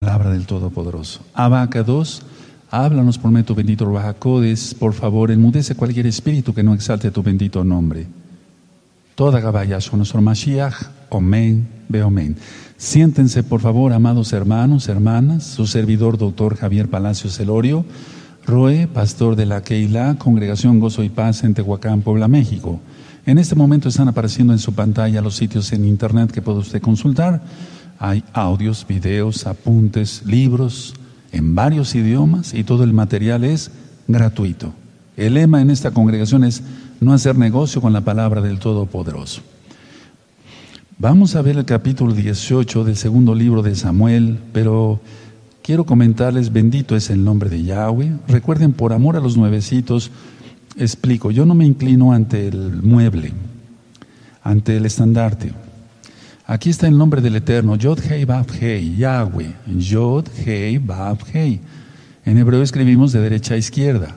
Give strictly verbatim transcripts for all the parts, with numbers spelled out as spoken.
palabra del Todopoderoso. Abacados, háblanos por medio de tu bendito Ruach HaKodesh, por favor, enmudece cualquier espíritu que no exalte tu bendito nombre. Toda Gabaya con nuestro Mashiach, Omen, Beomen. Siéntense, por favor, amados hermanos, hermanas, su servidor, doctor Javier Palacios Elorio, Roe, pastor de la Keilah, Congregación Gozo y Paz en Tehuacán, Puebla, México. En este momento están apareciendo en su pantalla los sitios en internet que puede usted consultar. Hay audios, videos, apuntes, libros en varios idiomas y todo el material es gratuito. El lema en esta congregación es no hacer negocio con la palabra del Todopoderoso. Vamos a ver el capítulo dieciocho del segundo libro de Samuel, pero quiero comentarles, bendito es el nombre de Yahweh. Recuerden, por amor a los nuevecitos, explico, yo no me inclino ante el mueble, ante el estandarte. Aquí está el nombre del Eterno, Yod Hei Vav Hei, Yahweh, Yod Hei Vav Hei. En hebreo escribimos de derecha a izquierda.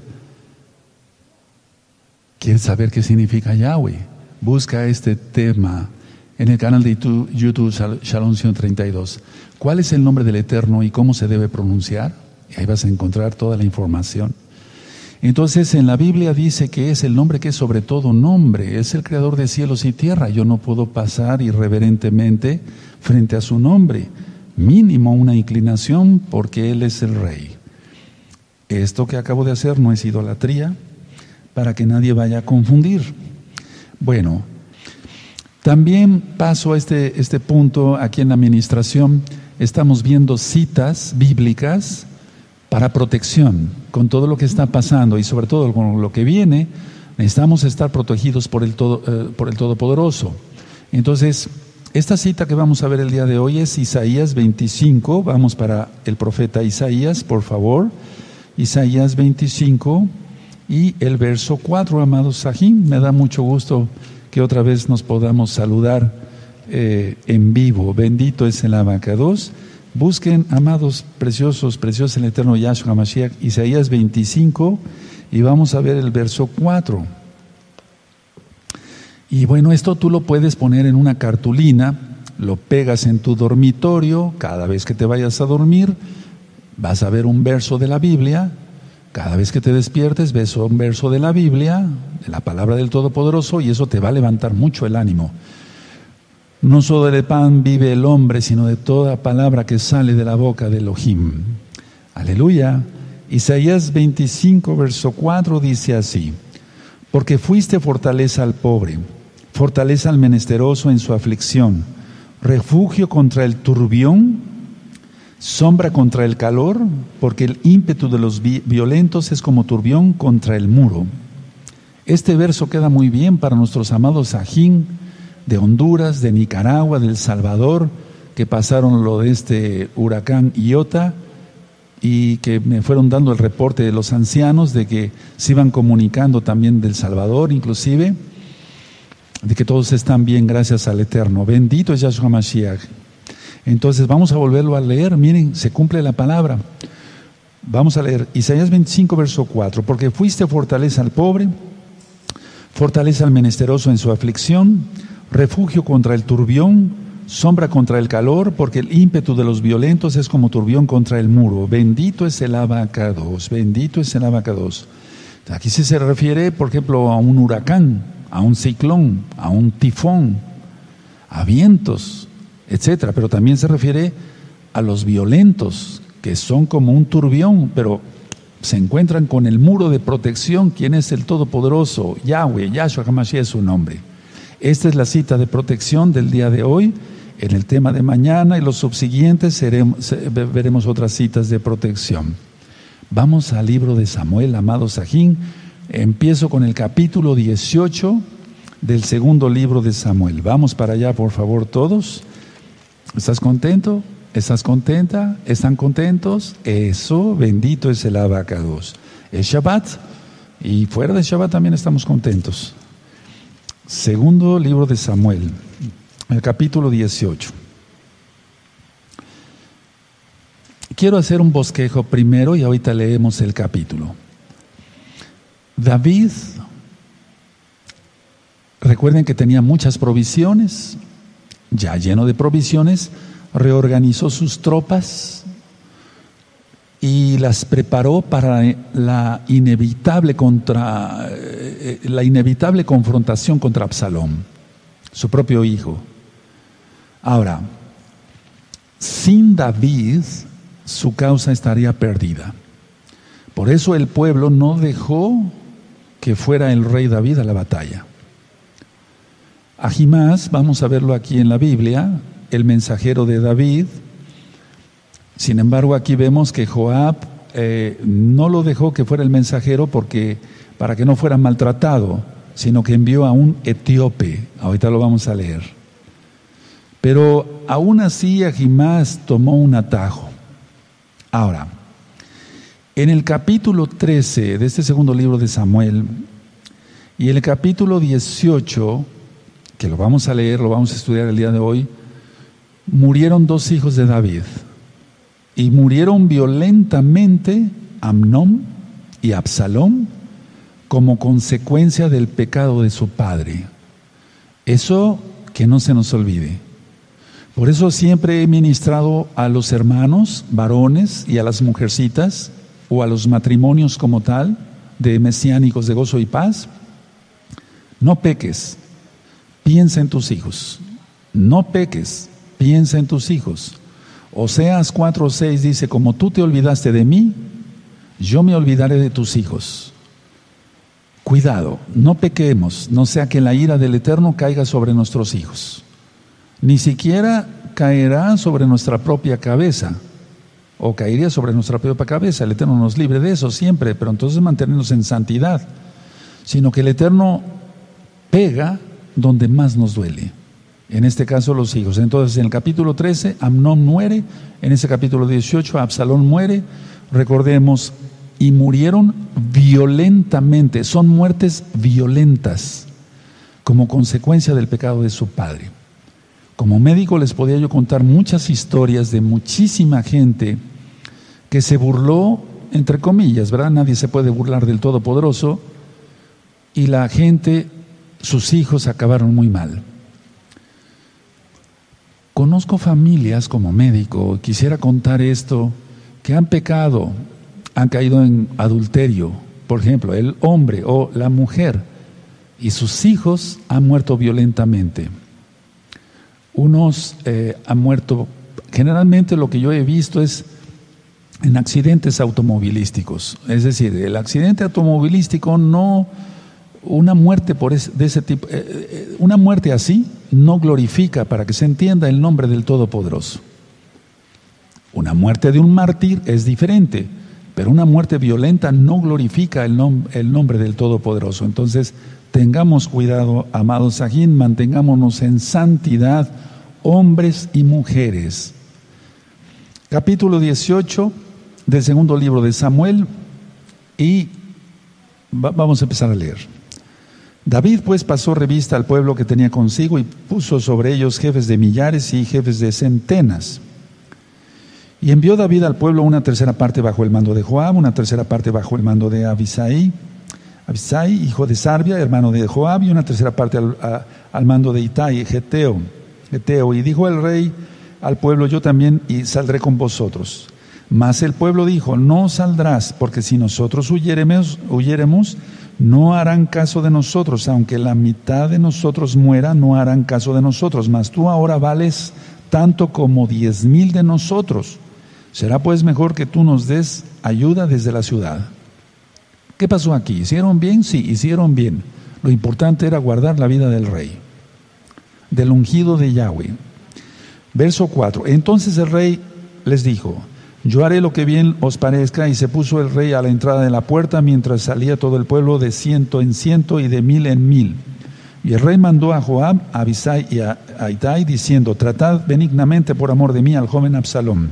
¿Quieres saber qué significa Yahweh? Busca este tema en el canal de YouTube Shalom ciento treinta y dos. ¿Cuál es el nombre del Eterno y cómo se debe pronunciar? Y ahí vas a encontrar toda la información. Entonces, en la Biblia dice que es el nombre que es sobre todo nombre, es el creador de cielos y tierra. Yo no puedo pasar irreverentemente frente a su nombre, mínimo una inclinación porque Él es el Rey. Esto que acabo de hacer no es idolatría, para que nadie vaya a confundir. Bueno, también paso a este, este punto aquí en la administración. Estamos viendo citas bíblicas para protección con todo lo que está pasando y sobre todo con lo que viene. Necesitamos estar protegidos por el, todo, eh, por el Todopoderoso. Entonces, esta cita que vamos a ver el día de hoy es Isaías veinticinco. Vamos para el profeta Isaías, por favor. Isaías veinticinco y el verso cuatro, amados Sahim. Me da mucho gusto que otra vez nos podamos saludar eh, en vivo. Bendito es el Abacados. Busquen, amados, preciosos, preciosos el eterno Yahshua Mashiach, Isaías veinticinco, y vamos a ver el verso cuatro. Y bueno, esto tú lo puedes poner en una cartulina, lo pegas en tu dormitorio, cada vez que te vayas a dormir, vas a ver un verso de la Biblia, cada vez que te despiertes, ves un verso de la Biblia, de la palabra del Todopoderoso, y eso te va a levantar mucho el ánimo. No solo de pan vive el hombre, sino de toda palabra que sale de la boca de Elohim. Aleluya. Isaías veinticinco, verso cuatro dice así: porque fuiste fortaleza al pobre, fortaleza al menesteroso en su aflicción, refugio contra el turbión, sombra contra el calor, porque el ímpetu de los violentos es como turbión contra el muro. Este verso queda muy bien para nuestros amados Sajín de Honduras, de Nicaragua, de El Salvador, que pasaron lo de este huracán Iota y que me fueron dando el reporte de los ancianos de que se iban comunicando también de El Salvador, inclusive, de que todos están bien gracias al Eterno. Bendito es Yahshua Mashiach. Entonces vamos a volverlo a leer. Miren, se cumple la palabra. Vamos a leer Isaías veinticinco, verso cuatro. Porque fuiste fortaleza al pobre, fortaleza al menesteroso en su aflicción, refugio contra el turbión, sombra contra el calor, porque el ímpetu de los violentos es como turbión contra el muro. Bendito es el Abacados, bendito es el Abacados. Aquí sí se refiere, por ejemplo, a un huracán, a un ciclón, a un tifón, a vientos, etcétera. Pero también se refiere a los violentos, que son como un turbión, pero se encuentran con el muro de protección. ¿Quién es el Todopoderoso? Yahweh, Yahshua HaMashiach es su nombre. Esta es la cita de protección del día de hoy. En el tema de mañana y los subsiguientes seremos, veremos otras citas de protección. Vamos al libro de Samuel, amado Sajín. Empiezo con el capítulo dieciocho del segundo libro de Samuel. Vamos para allá, por favor, todos. ¿Estás contento? ¿Estás contenta? ¿Están contentos? Eso, bendito es el Abacados. Es Shabbat y fuera de Shabbat también estamos contentos. Segundo libro de Samuel, el capítulo dieciocho. Quiero hacer un bosquejo primero y ahorita leemos el capítulo. David, recuerden que tenía muchas provisiones, ya lleno de provisiones, reorganizó sus tropas, y las preparó para la inevitable, contra, eh, la inevitable confrontación contra Absalón, su propio hijo. Ahora, sin David, su causa estaría perdida. Por eso el pueblo no dejó que fuera el rey David a la batalla. Ahimás, vamos a verlo aquí en la Biblia, el mensajero de David. Sin embargo, aquí vemos que Joab eh, no lo dejó que fuera el mensajero porque para que no fuera maltratado, sino que envió a un etíope. Ahorita lo vamos a leer. Pero aún así Ahimás tomó un atajo. Ahora, en el capítulo trece de este segundo libro de Samuel y el capítulo dieciocho, que lo vamos a leer, lo vamos a estudiar el día de hoy, murieron dos hijos de David. Y murieron violentamente Amnón y Absalón como consecuencia del pecado de su padre. Eso que no se nos olvide. Por eso siempre he ministrado a los hermanos varones y a las mujercitas o a los matrimonios como tal de mesiánicos de gozo y paz. No peques, piensa en tus hijos. No peques, piensa en tus hijos. Oseas cuatro seis dice, como tú te olvidaste de mí, yo me olvidaré de tus hijos. Cuidado, no pequemos, no sea que la ira del Eterno caiga sobre nuestros hijos. Ni siquiera caerá sobre nuestra propia cabeza, o caería sobre nuestra propia cabeza. El Eterno nos libre de eso siempre, pero entonces mantenernos en santidad. Sino que el Eterno pega donde más nos duele. En este caso los hijos. Entonces en el capítulo trece Amnón muere, en ese capítulo dieciocho Absalón muere, recordemos, y murieron violentamente, son muertes violentas, como consecuencia del pecado de su padre. Como médico les podía yo contar muchas historias de muchísima gente que se burló, entre comillas, ¿verdad? Nadie se puede burlar del Todopoderoso, y la gente, sus hijos acabaron muy mal. Conozco familias como médico, quisiera contar esto, que han pecado, han caído en adulterio, por ejemplo, el hombre o la mujer, y sus hijos han muerto violentamente. Unos eh, han muerto, generalmente lo que yo he visto es en accidentes automovilísticos, es decir, el accidente automovilístico no... Una muerte por ese, de ese tipo, eh, eh, una muerte así no glorifica, para que se entienda, el nombre del Todopoderoso. Una muerte de un mártir es diferente, pero una muerte violenta no glorifica el, nom el nombre del Todopoderoso. Entonces, tengamos cuidado, amados Sajín, mantengámonos en santidad, hombres y mujeres. Capítulo dieciocho del segundo libro de Samuel, y va vamos a empezar a leer. David pues pasó revista al pueblo que tenía consigo y puso sobre ellos jefes de millares y jefes de centenas. Y envió David al pueblo una tercera parte bajo el mando de Joab, una tercera parte bajo el mando de Abisai, Abisai, hijo de Sarbia, hermano de Joab, y una tercera parte al, a, al mando de Itai, Geteo, Geteo. Y dijo el rey al pueblo, yo también y saldré con vosotros. Mas el pueblo dijo, no saldrás, porque si nosotros huyéremos, huyéremos, no harán caso de nosotros, aunque la mitad de nosotros muera, no harán caso de nosotros, mas tú ahora vales tanto como diez mil de nosotros. Será pues mejor que tú nos des ayuda desde la ciudad. ¿Qué pasó aquí? ¿Hicieron bien? Sí, hicieron bien. Lo importante era guardar la vida del rey, del ungido de Yahweh. Verso cuatro. Entonces el rey les dijo, yo haré lo que bien os parezca, y se puso el rey a la entrada de la puerta, mientras salía todo el pueblo de ciento en ciento y de mil en mil. Y el rey mandó a Joab, a Abisai y a, a Itai, diciendo, tratad benignamente por amor de mí al joven Absalón.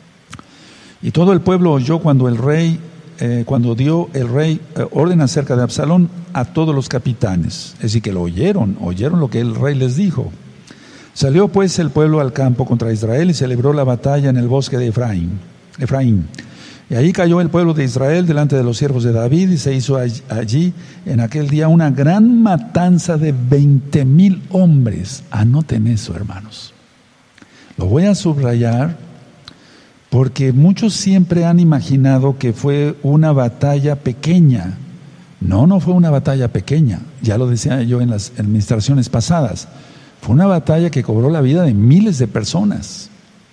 Y todo el pueblo oyó cuando el rey, eh, cuando dio el rey eh, orden acerca de Absalón a todos los capitanes. Es decir, que lo oyeron, oyeron lo que el rey les dijo. Salió pues el pueblo al campo contra Israel y celebró la batalla en el bosque de Efraín. Efraín. Y ahí cayó el pueblo de Israel delante de los siervos de David, y se hizo allí en aquel día una gran matanza de veinte mil hombres. Anoten eso, hermanos. Lo voy a subrayar Porque muchos siempre han imaginado que fue una batalla pequeña. No, no fue una batalla pequeña. Ya lo decía yo en las administraciones pasadas. Fue una batalla que cobró la vida de miles de personas.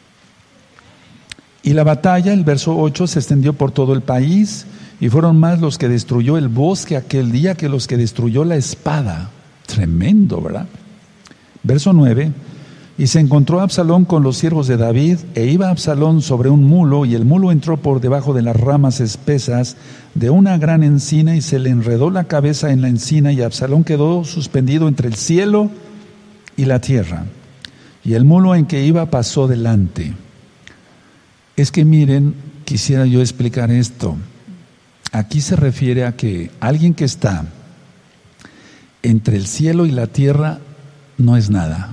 Y la batalla, el verso ocho, se extendió por todo el país y fueron más los que destruyó el bosque aquel día que los que destruyó la espada. Tremendo, ¿verdad? Verso nueve. Y se encontró Absalón con los siervos de David, e iba Absalón sobre un mulo, y el mulo entró por debajo de las ramas espesas de una gran encina, y se le enredó la cabeza en la encina, y Absalón quedó suspendido entre el cielo y la tierra. Y el mulo en que iba pasó delante. Es que miren, quisiera yo explicar esto. Aquí se refiere a que alguien que está entre el cielo y la tierra no es nada.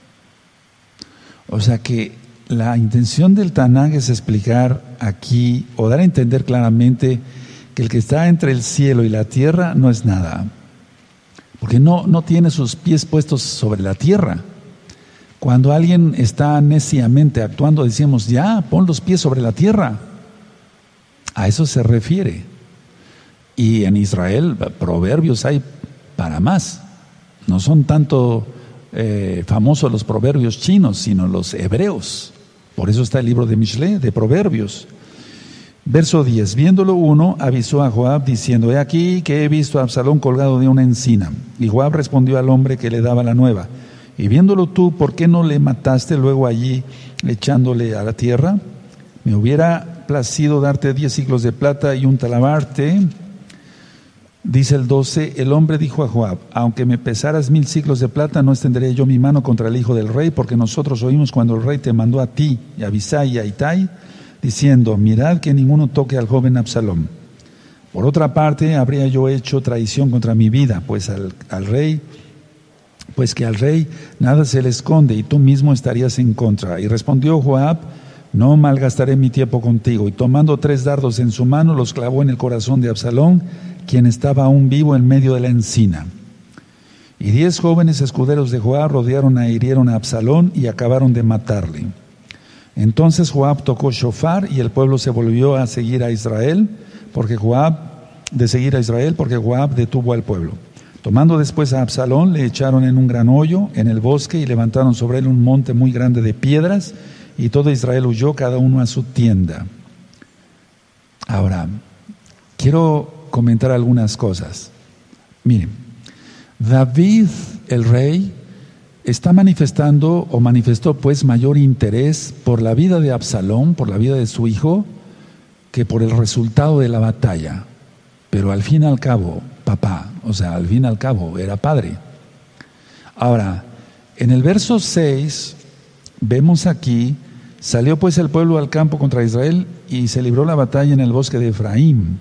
O sea que la intención del Tanaj es explicar aquí o dar a entender claramente que el que está entre el cielo y la tierra no es nada, porque no, no tiene sus pies puestos sobre la tierra. Cuando alguien está neciamente actuando, decimos, ya, pon los pies sobre la tierra. A eso se refiere. Y en Israel, proverbios hay para más. No son tanto Eh, famosos los proverbios chinos, sino los hebreos. Por eso está el libro de Mishle, de Proverbios. Verso diez. Viéndolo uno, avisó a Joab diciendo: he aquí que he visto a Absalón colgado de una encina. Y Joab respondió al hombre que le daba la nueva: y viéndolo tú, ¿por qué no le mataste luego allí echándole a la tierra? Me hubiera placido darte diez siclos de plata y un talabarte. Dice el doce, el hombre dijo a Joab: aunque me pesaras mil siclos de plata, no extenderé yo mi mano contra el hijo del rey, porque nosotros oímos cuando el rey te mandó a ti, y a Abisai y a Itai, diciendo: mirad que ninguno toque al joven Absalón. Por otra parte, habría yo hecho traición contra mi vida, pues al, al rey, pues que al rey nada se le esconde, y tú mismo estarías en contra. Y respondió Joab: no malgastaré mi tiempo contigo. Y tomando tres dardos en su mano, los clavó en el corazón de Absalón, quien estaba aún vivo en medio de la encina. Y diez jóvenes escuderos de Joab rodearon e hirieron a Absalón y acabaron de matarle. Entonces Joab tocó shofar y el pueblo se volvió a seguir a Israel, porque Joab, de seguir a Israel, porque Joab detuvo al pueblo. Tomando después a Absalón, le echaron en un gran hoyo en el bosque y levantaron sobre él un monte muy grande de piedras, y todo Israel huyó, cada uno a su tienda. Ahora, quiero comentar algunas cosas. Miren, David, el rey, está manifestando o manifestó pues mayor interés por la vida de Absalón, por la vida de su hijo, que por el resultado de la batalla. Pero al fin y al cabo, papá, o sea, al fin y al cabo, era padre. Ahora, en el verso seis, vemos aquí: salió pues el pueblo al campo contra Israel y se libró la batalla en el bosque de Efraín.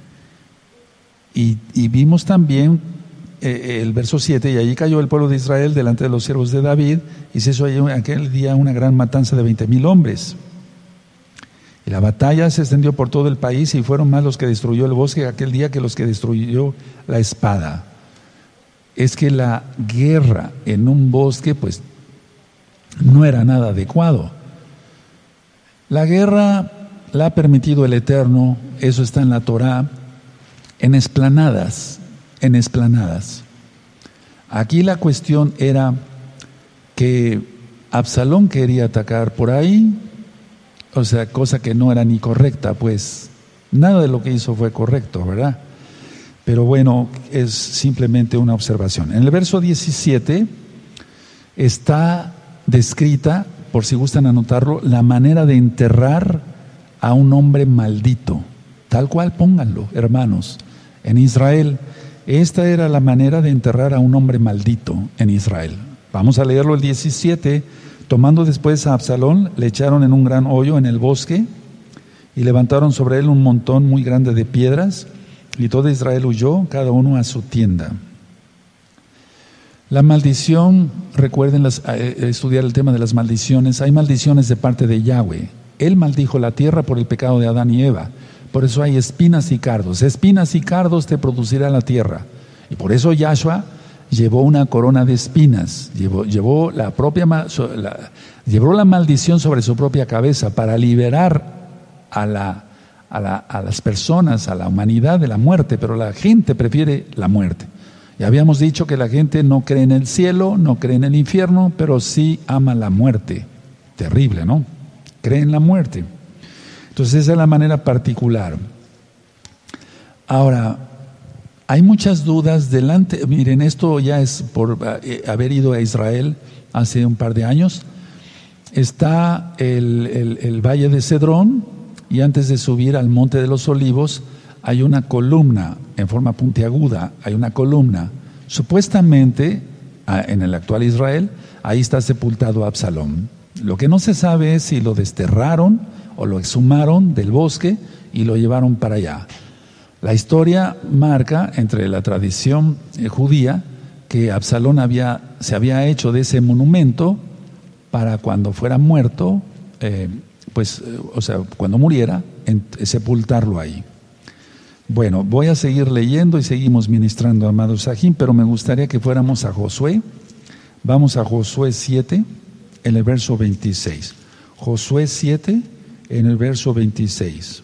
Y, y vimos también eh, el verso siete, y allí cayó el pueblo de Israel delante de los siervos de David, y se hizo allí aquel día una gran matanza de veinte mil hombres. Y la batalla se extendió por todo el país, y fueron más los que destruyó el bosque aquel día que los que destruyó la espada. Es que la guerra en un bosque pues no era nada adecuado. La guerra la ha permitido el Eterno, eso está en la Torá, en esplanadas, en esplanadas. Aquí la cuestión era que Absalón quería atacar por ahí, o sea, cosa que no era ni correcta, pues nada de lo que hizo fue correcto, ¿verdad? Pero bueno, es simplemente una observación. En el verso diecisiete está descrita, por si gustan anotarlo, la manera de enterrar a un hombre maldito. Tal cual, pónganlo, hermanos. En Israel, esta era la manera de enterrar a un hombre maldito en Israel. Vamos a leerlo el diecisiete. Tomando después a Absalón, le echaron en un gran hoyo en el bosque y levantaron sobre él un montón muy grande de piedras, y todo Israel huyó, cada uno a su tienda. La maldición, recuerden las, eh, estudiar el tema de las maldiciones. Hay maldiciones de parte de Yahweh. Él maldijo la tierra por el pecado de Adán y Eva. Por eso hay espinas y cardos. Espinas y cardos te producirá la tierra. Y por eso Yahshua llevó una corona de espinas. Llevó, llevó, la propia, la, llevó la maldición sobre su propia cabeza para liberar a, la, a, la, a las personas, a la humanidad de la muerte, pero la gente prefiere la muerte. Ya habíamos dicho que la gente no cree en el cielo, no cree en el infierno, pero sí ama la muerte. Terrible, ¿no? Cree en la muerte. Entonces esa es la manera particular. Ahora, hay muchas dudas delante. Miren, esto ya es por haber ido a Israel hace un par de años. Está el, el, el Valle de Cedrón, y antes de subir al Monte de los Olivos hay una columna en forma puntiaguda, hay una columna. Supuestamente, en el actual Israel, ahí está sepultado Absalón. Lo que no se sabe es si lo desterraron o lo exhumaron del bosque y lo llevaron para allá. La historia marca, entre la tradición judía, que Absalón había, se había hecho de ese monumento para cuando fuera muerto, eh, pues, eh, o sea, cuando muriera, en, sepultarlo ahí. Bueno, voy a seguir leyendo y seguimos ministrando, amados Sahim, pero me gustaría que fuéramos a Josué. Vamos a Josué siete, en el verso veintiséis. Josué siete, en el verso veintiséis.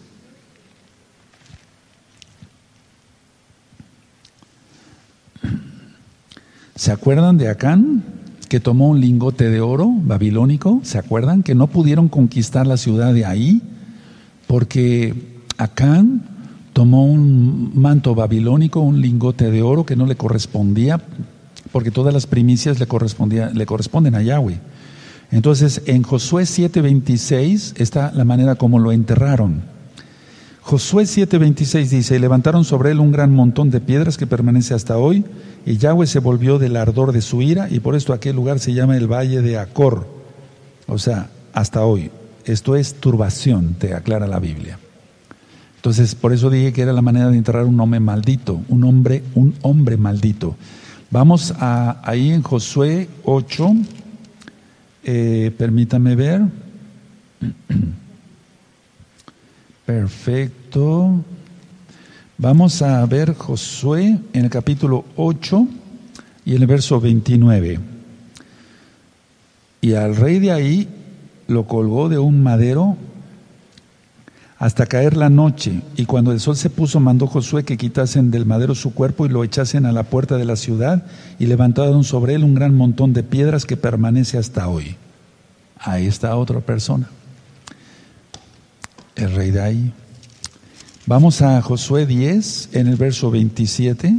¿Se acuerdan de Acán, que tomó un lingote de oro babilónico? ¿Se acuerdan que no pudieron conquistar la ciudad de ahí? Porque Acán tomó un manto babilónico, un lingote de oro que no le correspondía, porque todas las primicias le, correspondía, le corresponden a Yahweh. Entonces, en Josué siete veintiséis está la manera como lo enterraron. Josué siete veintiséis dice: y levantaron sobre él un gran montón de piedras que permanece hasta hoy, y Yahweh se volvió del ardor de su ira, y por esto aquel lugar se llama el Valle de Acor. O sea, hasta hoy. Esto es turbación, te aclara la Biblia. Entonces, por eso dije que era la manera de enterrar un hombre maldito, un hombre, un hombre maldito. Vamos a, ahí en Josué ocho, eh, permítame ver. Perfecto. Vamos a ver Josué en el capítulo ocho y en el verso veintinueve. Y al rey de ahí lo colgó de un madero hasta caer la noche, y cuando el sol se puso mandó Josué que quitasen del madero su cuerpo y lo echasen a la puerta de la ciudad, y levantaron sobre él un gran montón de piedras que permanece hasta hoy. Ahí está otra persona, el rey de ahí. Vamos a Josué diez en el verso veintisiete.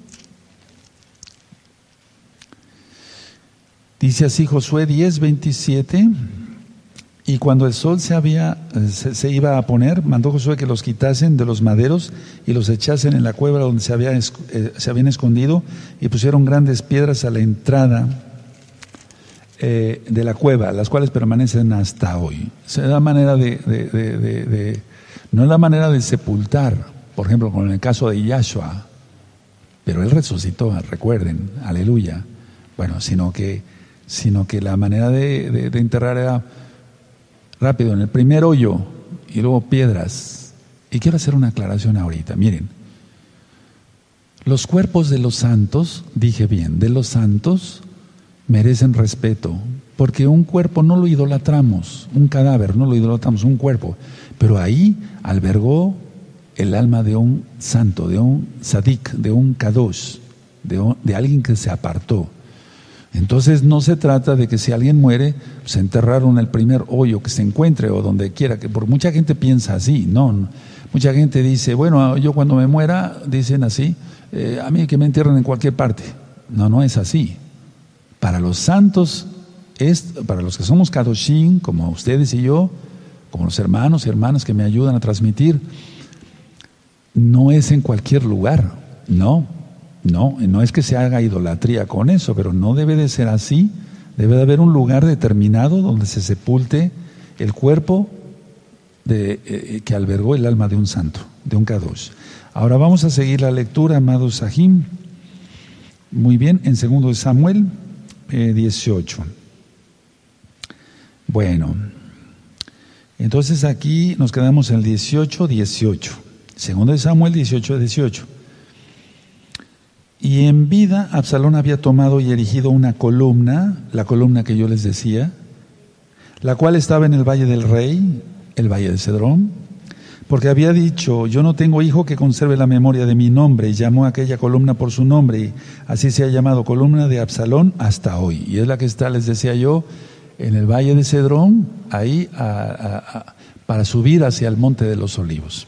Dice así Josué diez, veintisiete: y cuando el sol se, había, se, se iba a poner, mandó Josué que los quitasen de los maderos y los echasen en la cueva donde se, había, eh, se habían escondido, y pusieron grandes piedras a la entrada eh, de la cueva, las cuales permanecen hasta hoy. Se da manera de, de, de, de, de, no es la manera de sepultar, por ejemplo, como en el caso de Yahshua, pero él resucitó, recuerden, aleluya. Bueno, sino que, sino que la manera de, de, de enterrar era rápido, en el primer hoyo, y luego piedras. Y quiero hacer una aclaración ahorita. Miren, los cuerpos de los santos, dije bien, de los santos, merecen respeto, porque un cuerpo no lo idolatramos, un cadáver no lo idolatramos, un cuerpo, pero ahí albergó el alma de un santo, de un sadik, de un kadosh, de, un, de alguien que se apartó. Entonces no se trata de que si alguien muere, se enterraron el primer hoyo que se encuentre o donde quiera, que por mucha gente piensa así. No, no. Mucha gente dice, bueno, yo cuando me muera, dicen así, eh, a mí que me entierren en cualquier parte. No, no es así. Para los santos, es, para los que somos kadoshim, como ustedes y yo, como los hermanos y hermanas que me ayudan a transmitir, no es en cualquier lugar, no. No, no es que se haga idolatría con eso, pero no debe de ser así. Debe de haber un lugar determinado donde se sepulte el cuerpo de, eh, que albergó el alma de un santo, de un kadosh. Ahora vamos a seguir la lectura, amados Sahim. Muy bien, en segundo de Samuel eh, dieciocho. Bueno, entonces aquí nos quedamos en el dieciocho, dieciocho. Segundo de Samuel dieciocho, dieciocho. Y en vida Absalón había tomado y erigido una columna, la columna que yo les decía, la cual estaba en el valle del rey, el valle de Cedrón, Porque había dicho, yo no tengo hijo que conserve la memoria de mi nombre, y llamó a aquella columna por su nombre, y así se ha llamado columna de Absalón hasta hoy. Y es la que está, les decía yo, en el valle de Cedrón, ahí a, a, a, para subir hacia el monte de los olivos.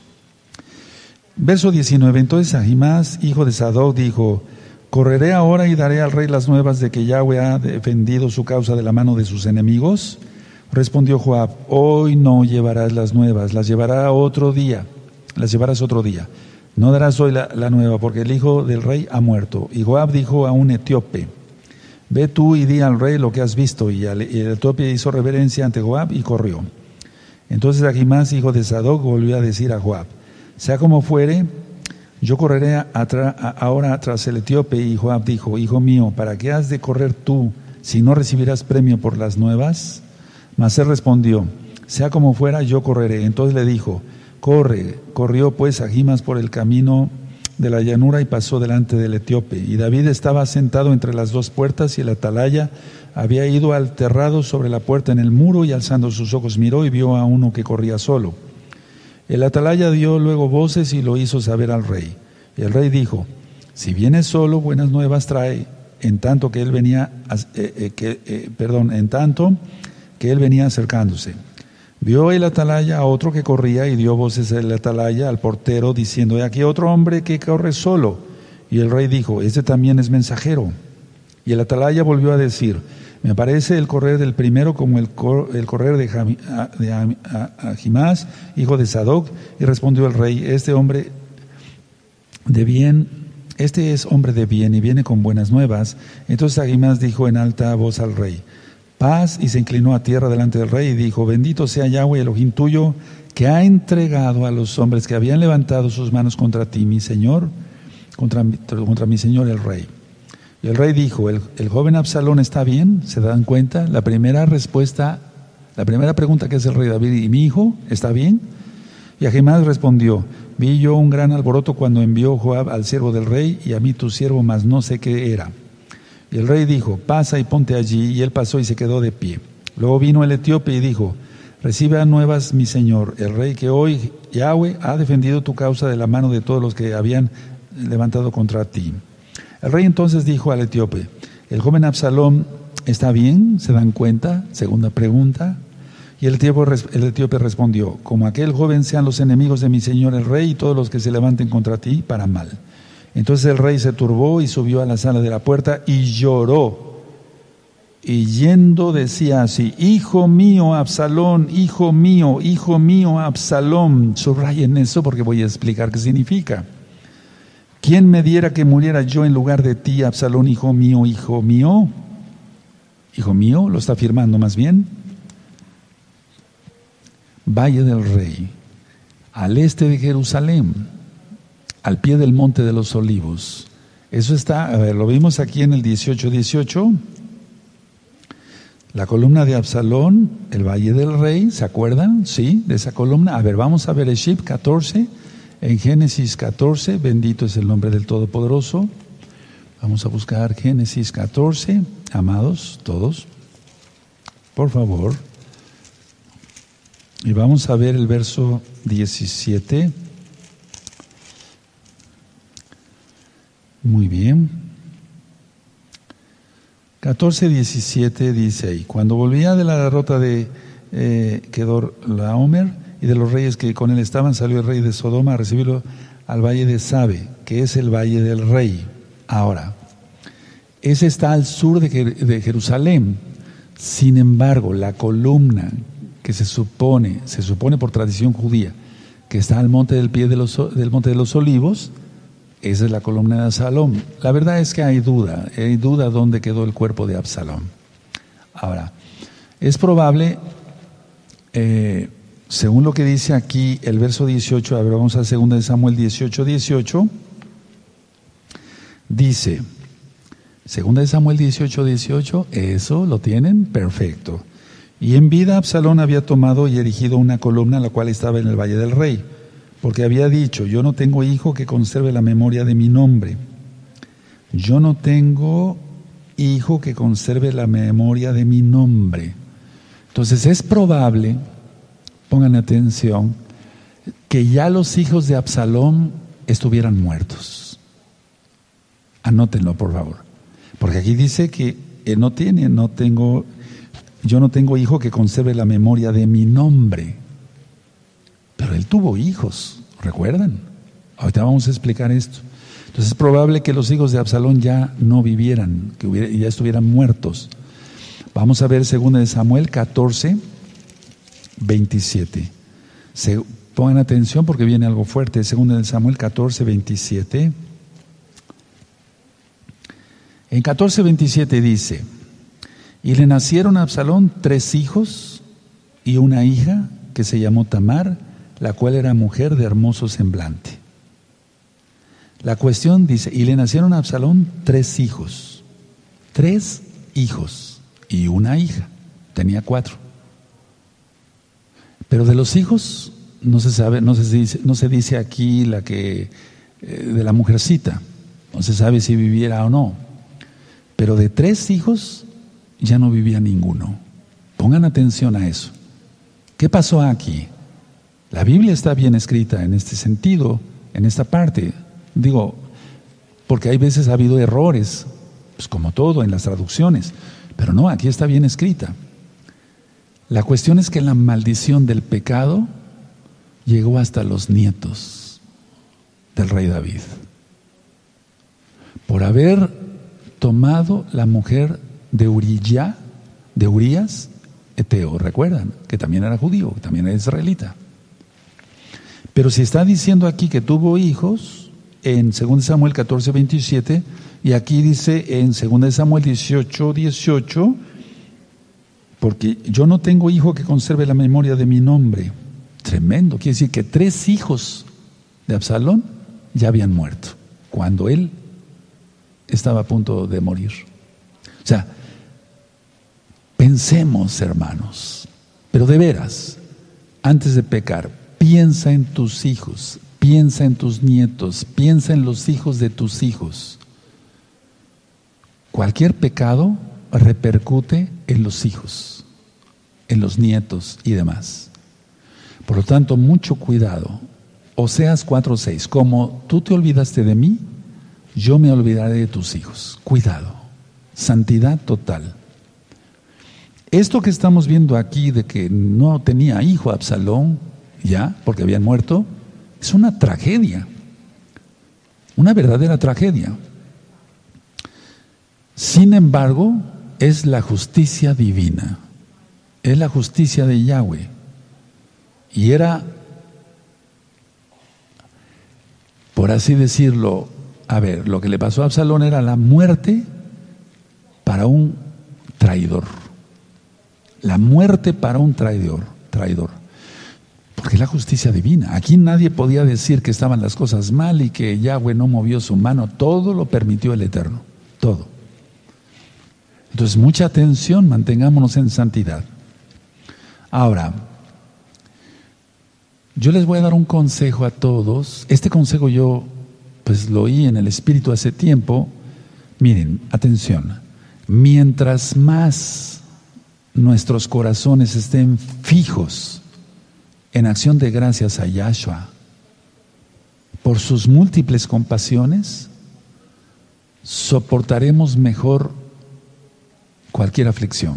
Verso diecinueve, entonces Ahimás, hijo de Sadoc, dijo, ¿correré ahora y daré al rey las nuevas de que Yahweh ha defendido su causa de la mano de sus enemigos? Respondió Joab, hoy no llevarás las nuevas, las llevará otro día, las llevarás otro día. No darás hoy la, la nueva, porque el hijo del rey ha muerto. Y Joab dijo a un etíope, ve tú y di al rey lo que has visto. Y el, y el etíope hizo reverencia ante Joab y corrió. Entonces Ahimás, hijo de Sadoc, volvió a decir a Joab, sea como fuere, yo correré atra, a, ahora tras el etíope. Y Joab dijo, hijo mío, ¿para qué has de correr tú si no recibirás premio por las nuevas? Mas él respondió, sea como fuera, yo correré. Entonces le dijo, corre. Corrió pues Ahimás por el camino de la llanura y pasó delante del etíope. Y David estaba sentado entre las dos puertas, y el atalaya había ido al terrado sobre la puerta en el muro, y alzando sus ojos miró y vio a uno que corría solo. El atalaya dio luego voces y lo hizo saber al rey. Y el rey dijo, si viene solo, buenas nuevas trae. En tanto que él venía, eh, eh, que, eh, perdón, en tanto que él venía acercándose. Vio el atalaya a otro que corría, y dio voces el atalaya al portero, diciendo, he aquí otro hombre que corre solo. Y el rey dijo, este también es mensajero. Y el atalaya volvió a decir, me parece el correr del primero como el, cor, el correr de, Jami, de Ahimás, hijo de Sadoc. Y respondió el rey, este hombre de bien, este es hombre de bien y viene con buenas nuevas. Entonces Ahimás dijo en alta voz al rey, paz, y se inclinó a tierra delante del rey y dijo, bendito sea Yahweh Elohim tuyo, que ha entregado a los hombres que habían levantado sus manos contra ti, mi señor, contra, contra mi señor el rey. Y el rey dijo, ¿el, el joven Absalón está bien? ¿Se dan cuenta? La primera respuesta, la primera pregunta que hace el rey David, ¿y mi hijo está bien? Y Ahimás respondió, vi yo un gran alboroto cuando envió Joab al siervo del rey, y a mí tu siervo, mas no sé qué era. Y el rey dijo, pasa y ponte allí, y él pasó y se quedó de pie. Luego vino el etíope y dijo, recibe a nuevas mi señor, el rey, que hoy Yahweh ha defendido tu causa de la mano de todos los que habían levantado contra ti. El rey entonces dijo al etíope, ¿el joven Absalón está bien? ¿Se dan cuenta? Segunda pregunta. Y el etíope, el etíope respondió, como aquel joven sean los enemigos de mi señor el rey y todos los que se levanten contra ti para mal. Entonces el rey se turbó y subió a la sala de la puerta y lloró. Y yendo decía así, hijo mío Absalón, hijo mío, hijo mío Absalón. Subrayen eso porque voy a explicar qué significa. ¿Quién me diera que muriera yo en lugar de ti, Absalón, hijo mío, hijo mío? Hijo mío, lo está afirmando más bien. Valle del Rey, al este de Jerusalén, al pie del monte de los olivos. Eso está, a ver, lo vimos aquí en el dieciocho dieciocho. La columna de Absalón, el Valle del Rey, ¿se acuerdan? Sí, de esa columna. A ver, vamos a ver Bereshit catorce, en Génesis catorce, bendito es el nombre del Todopoderoso. Vamos a buscar Génesis catorce, amados, todos, por favor. Y vamos a ver el verso diecisiete. Muy bien. catorce diecisiete dice ahí, cuando volvía de la derrota de eh, Kedorlaomer y de los reyes que con él estaban, salió el rey de Sodoma a recibirlo al valle de Sabe, que es el valle del rey. Ahora, ese está al sur de, de Jerusalén. Sin embargo, la columna que se supone, se supone por tradición judía, que está al monte del pie de los, del monte de los olivos, esa es la columna de Absalón. La verdad es que hay duda, hay duda dónde quedó el cuerpo de Absalón. Ahora, es probable, eh, según lo que dice aquí el verso dieciocho, a ver, vamos a segunda de Samuel dieciocho, dieciocho, dice, segunda de Samuel dieciocho, dieciocho, eso lo tienen, perfecto. Y en vida Absalón había tomado y erigido una columna, la cual estaba en el Valle del Rey, porque había dicho, yo no tengo hijo que conserve la memoria de mi nombre. Yo no tengo hijo que conserve la memoria de mi nombre. Entonces es probable, pongan atención, que ya los hijos de Absalón estuvieran muertos. Anótenlo, por favor. Porque aquí dice que él no tiene, no tengo, yo no tengo hijo que conserve la memoria de mi nombre. Pero él tuvo hijos, ¿recuerdan? Ahorita vamos a explicar esto. Entonces es probable que los hijos de Absalón ya no vivieran, que hubiera, ya estuvieran muertos. Vamos a ver segunda de Samuel catorce, veintisiete. Se, pongan atención porque viene algo fuerte. segunda de Samuel catorce, veintisiete. En catorce, veintisiete dice: y le nacieron a Absalón tres hijos y una hija que se llamó Tamar, la cual era mujer de hermoso semblante. La cuestión dice, y le nacieron a Absalón tres hijos, tres hijos y una hija, tenía cuatro. Pero de los hijos no se sabe, no se dice, no se dice aquí la que eh, de la mujercita, no se sabe si viviera o no. Pero de tres hijos ya no vivía ninguno. Pongan atención a eso. ¿Qué pasó aquí? La Biblia está bien escrita en este sentido, en esta parte. Digo, porque hay veces ha habido errores, pues como todo en las traducciones, pero no, aquí está bien escrita. La cuestión es que la maldición del pecado llegó hasta los nietos del rey David, por haber tomado la mujer de Uría, de Urías, Eteo, recuerdan, que también era judío, que también era israelita. Pero si está diciendo aquí que tuvo hijos, en segunda de Samuel catorce, veintisiete, y aquí dice en segunda de Samuel dieciocho, dieciocho, porque yo no tengo hijo que conserve la memoria de mi nombre. Tremendo, quiere decir que tres hijos de Absalón ya habían muerto, cuando él estaba a punto de morir. O sea, pensemos, hermanos, pero de veras, antes de pecar, piensa en tus hijos, piensa en tus nietos, piensa en los hijos de tus hijos. Cualquier pecado repercute en los hijos, en los nietos y demás. Por lo tanto, mucho cuidado. Oseas cuatro seis, como tú te olvidaste de mí, yo me olvidaré de tus hijos. Cuidado, santidad total. Esto que estamos viendo aquí de que no tenía hijo Absalón, ya, porque habían muerto, es una tragedia, una verdadera tragedia. Sin embargo, es la justicia divina, es la justicia de Yahweh. Y era, por así decirlo, a ver, lo que le pasó a Absalón era la muerte para un traidor. La muerte para un traidor, traidor. Porque es la justicia divina. Aquí nadie podía decir que estaban las cosas mal y que Yahweh no movió su mano. Todo lo permitió el Eterno. Todo. Entonces, mucha atención, mantengámonos en santidad. Ahora, yo les voy a dar un consejo a todos. Este consejo yo, pues lo oí en el Espíritu hace tiempo. Miren, atención. Mientras más nuestros corazones estén fijos en acción de gracias a Yahshua por sus múltiples compasiones, soportaremos mejor cualquier aflicción.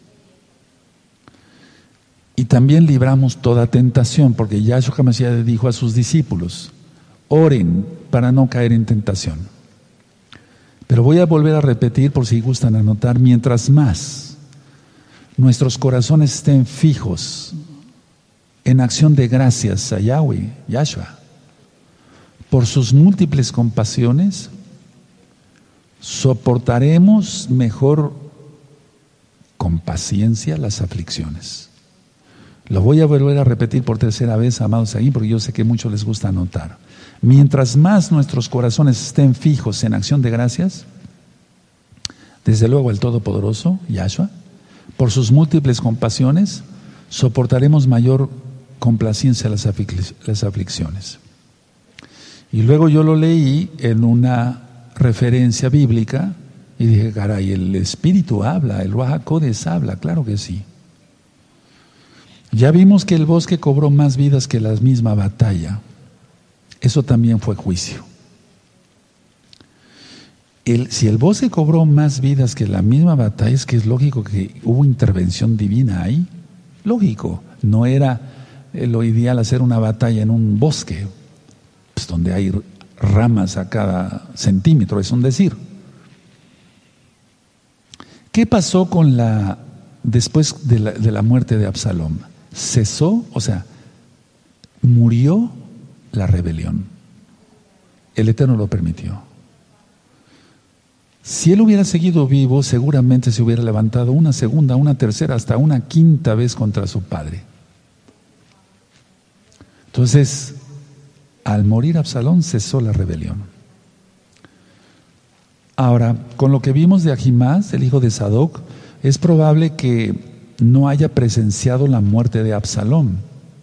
Y también libramos toda tentación, porque Yahshua HaMashiach dijo a sus discípulos, oren para no caer en tentación. Pero voy a volver a repetir por si gustan anotar, mientras más nuestros corazones estén fijos en acción de gracias a Yahweh, Yahshua, por sus múltiples compasiones, soportaremos mejor con paciencia las aflicciones. Lo voy a volver a repetir por tercera vez, amados ahí, porque yo sé que a muchos les gusta anotar. Mientras más nuestros corazones estén fijos en acción de gracias, desde luego el Todopoderoso, Yahshua, por sus múltiples compasiones, soportaremos mayor complacencia las, aflic- las aflicciones. Y luego yo lo leí en una referencia bíblica y dije, caray, el Espíritu habla, el Ruach HaKodesh habla, claro que sí. Ya vimos que el bosque cobró más vidas que la misma batalla. Eso también fue juicio. El, si el bosque cobró más vidas que la misma batalla, es que es lógico que hubo intervención divina ahí. Lógico, no era lo ideal hacer una batalla en un bosque, pues donde hay ramas a cada centímetro, es un decir. ¿Qué pasó con la después de la, de la muerte de Absalón? Cesó, o sea, murió la rebelión. El Eterno lo permitió. Si él hubiera seguido vivo, seguramente se hubiera levantado una segunda, una tercera, hasta una quinta vez contra su padre. Entonces, al morir Absalón, cesó la rebelión. Ahora, con lo que vimos de Ahimás, el hijo de Sadoc, es probable que no haya presenciado la muerte de Absalón,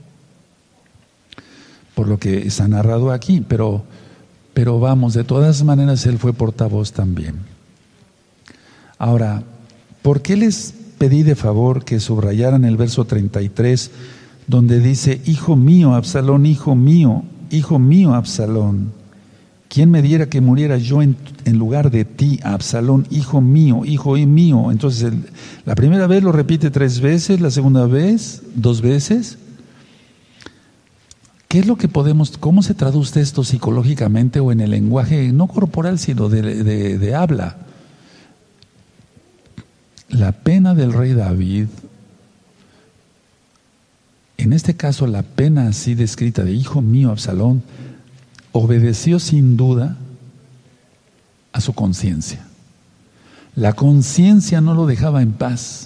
por lo que está narrado aquí, pero, pero vamos, de todas maneras él fue portavoz también. Ahora, ¿por qué les pedí de favor que subrayaran el verso treinta y tres, donde dice, hijo mío, Absalón, hijo mío, hijo mío, Absalón? ¿Quién me diera que muriera yo en, en lugar de ti, Absalón, hijo mío, hijo mío? Entonces, el, la primera vez lo repite tres veces, la segunda vez, dos veces. ¿Qué es lo que podemos, cómo se traduce esto psicológicamente o en el lenguaje, no corporal, sino de, de, de habla? La pena del rey David, en este caso la pena así descrita de hijo mío, Absalón, obedeció sin duda a su conciencia. La conciencia no lo dejaba en paz.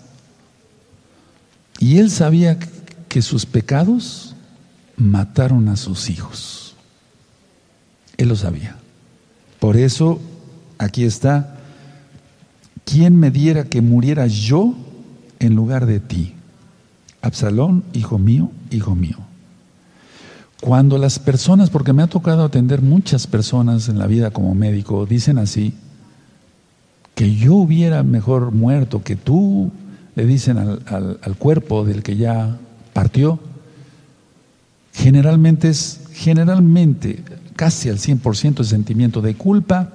Y él sabía que sus pecados mataron a sus hijos. Él lo sabía. Por eso, aquí está, ¿quién me diera que muriera yo en lugar de ti? Absalón, hijo mío, hijo mío. Cuando las personas, porque me ha tocado atender muchas personas en la vida como médico, dicen así, que yo hubiera mejor muerto que tú, le dicen al, al, al cuerpo del que ya partió, generalmente es, generalmente, casi al cien por ciento el sentimiento de culpa,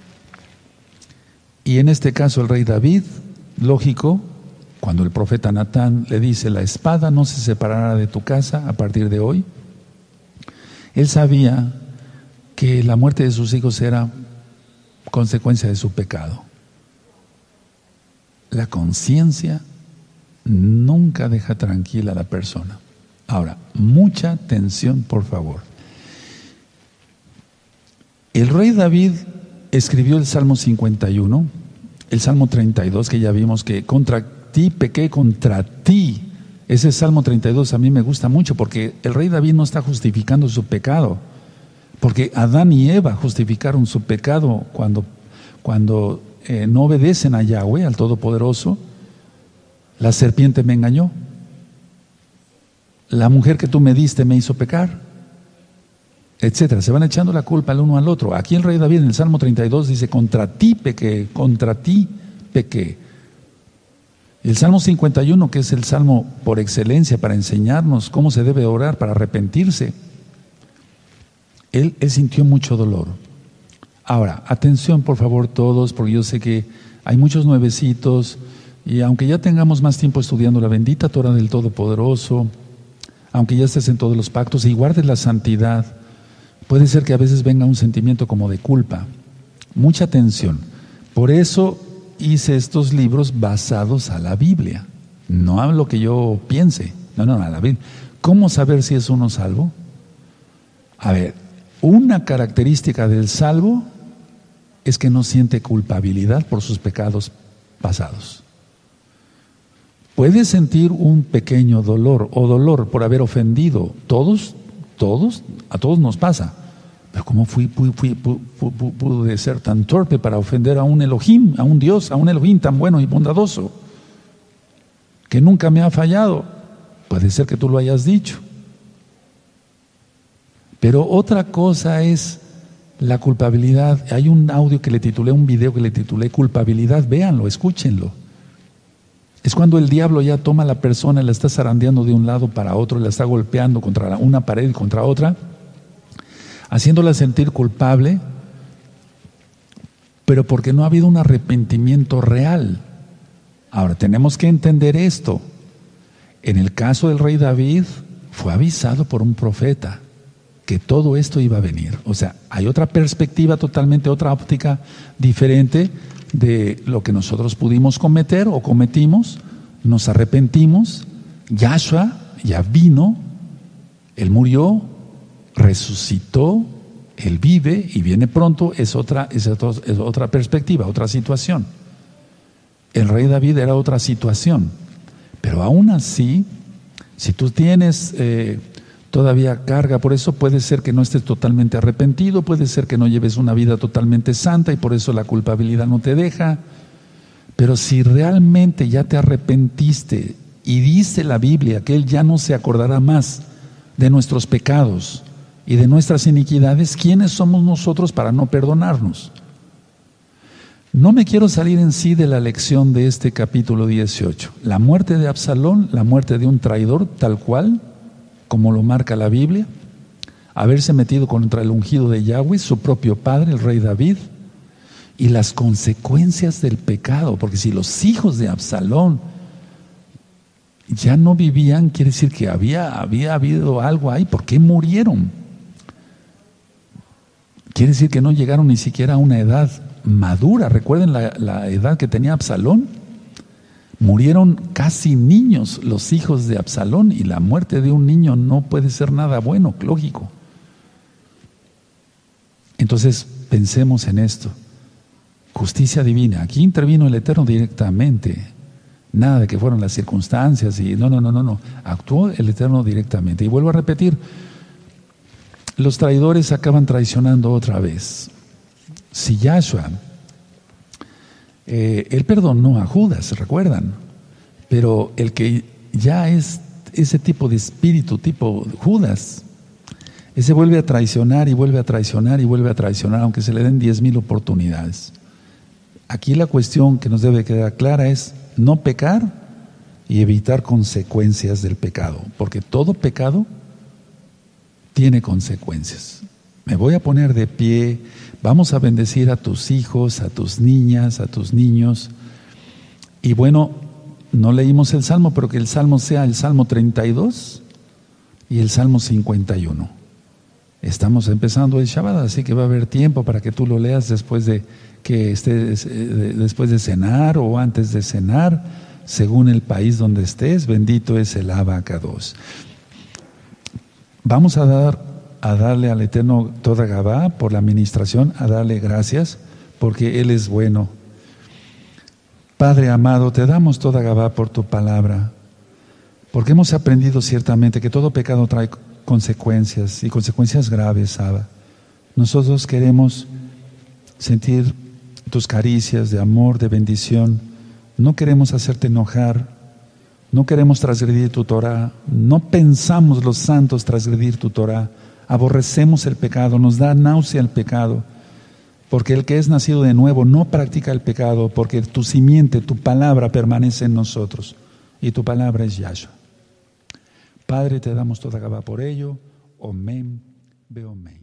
y en este caso el rey David, lógico, cuando el profeta Natán le dice, la espada no se separará de tu casa a partir de hoy, él sabía que la muerte de sus hijos era consecuencia de su pecado. La conciencia nunca deja tranquila a la persona. Ahora, mucha atención, por favor. El rey David escribió el Salmo cincuenta y uno, el Salmo treinta y dos, que ya vimos que contra ti pequé, contra ti. Ese Salmo treinta y dos a mí me gusta mucho porque el rey David no está justificando su pecado, porque Adán y Eva justificaron su pecado cuando, cuando eh, no obedecen a Yahweh, al Todopoderoso. La serpiente me engañó, la mujer que tú me diste me hizo pecar, etcétera. Se van echando la culpa el uno al otro. Aquí el rey David en el Salmo treinta y dos dice, contra ti pequé, contra ti pequé. El Salmo cincuenta y uno, que es el Salmo por excelencia para enseñarnos cómo se debe orar para arrepentirse, él, él sintió mucho dolor. Ahora, atención por favor todos, porque yo sé que hay muchos nuevecitos, y aunque ya tengamos más tiempo estudiando la bendita Torah del Todopoderoso, aunque ya estés en todos los pactos y guardes la santidad, puede ser que a veces venga un sentimiento como de culpa. Mucha atención. Por eso hice estos libros basados a la Biblia, no a lo que yo piense, no, no, a la Biblia. ¿Cómo saber si es uno salvo? A ver, una característica del salvo es que no siente culpabilidad por sus pecados pasados. Puede sentir un pequeño dolor o dolor por haber ofendido. Todos, todos, a todos nos pasa. Pero ¿cómo fui, fui, fui, pude ser tan torpe para ofender a un Elohim, a un Dios, a un Elohim tan bueno y bondadoso, que nunca me ha fallado? Puede ser que tú lo hayas dicho. Pero otra cosa es la culpabilidad. Hay un audio que le titulé, un video que le titulé Culpabilidad, véanlo, escúchenlo. Es cuando el diablo ya toma a la persona y la está zarandeando de un lado para otro, la está golpeando contra una pared y contra otra, haciéndola sentir culpable, pero porque no ha habido un arrepentimiento real. Ahora, tenemos que entender esto. En el caso del rey David, fue avisado por un profeta que todo esto iba a venir. O sea, hay otra perspectiva totalmente, otra óptica diferente de lo que nosotros pudimos cometer o cometimos, nos arrepentimos, Yahshua ya vino, Él murió, resucitó, Él vive y viene pronto, es otra, es otro, es otra perspectiva, otra situación. El rey David era otra situación, pero aún así, si tú tienes eh, todavía carga, por eso puede ser que no estés totalmente arrepentido, puede ser que no lleves una vida totalmente santa y por eso la culpabilidad no te deja. Pero si realmente ya te arrepentiste y dice la Biblia que Él ya no se acordará más de nuestros pecados y de nuestras iniquidades, ¿quiénes somos nosotros para no perdonarnos? No me quiero salir en sí de la lección de este capítulo dieciocho. La muerte de Absalón, la muerte de un traidor, tal cual como lo marca la Biblia, haberse metido contra el ungido de Yahweh, su propio padre, el rey David, y las consecuencias del pecado, porque si los hijos de Absalón ya no vivían, quiere decir que había, había habido algo ahí. ¿Por qué murieron? Quiere decir que no llegaron ni siquiera a una edad madura. Recuerden la, la edad que tenía Absalón. Murieron casi niños los hijos de Absalón, y la muerte de un niño no puede ser nada bueno, lógico. Entonces pensemos en esto. Justicia divina. Aquí intervino el Eterno directamente. Nada de que fueron las circunstancias y no, no, no, no, no. Actuó el Eterno directamente. Y vuelvo a repetir, los traidores acaban traicionando otra vez. Si Yahshua, eh, él perdonó a Judas, ¿se recuerdan? Pero el que ya es ese tipo de espíritu, tipo Judas, ese vuelve a traicionar y vuelve a traicionar y vuelve a traicionar, aunque se le den diez mil oportunidades. Aquí la cuestión que nos debe quedar clara es no pecar y evitar consecuencias del pecado, porque todo pecado tiene consecuencias. Me voy a poner de pie, vamos a bendecir a tus hijos, a tus niñas, a tus niños. Y bueno, no leímos el Salmo, pero que el Salmo sea el Salmo treinta y dos y el Salmo cincuenta y uno. Estamos empezando el Shabbat, así que va a haber tiempo para que tú lo leas después de que estés, después de cenar o antes de cenar, según el país donde estés. Bendito es el Abacados. Vamos a dar a darle al Eterno toda Gabá por la administración, a darle gracias, porque Él es bueno. Padre amado, te damos toda Gabá por tu palabra, porque hemos aprendido ciertamente que todo pecado trae consecuencias y consecuencias graves, Abba. Nosotros queremos sentir tus caricias de amor, de bendición. No queremos hacerte enojar, no queremos transgredir tu Torah, no pensamos los santos transgredir tu Torah. Aborrecemos el pecado, nos da náusea el pecado, porque el que es nacido de nuevo no practica el pecado, porque tu simiente, tu palabra permanece en nosotros, y tu palabra es Yahshua. Padre, te damos toda Gabá por ello. Omen, beomen.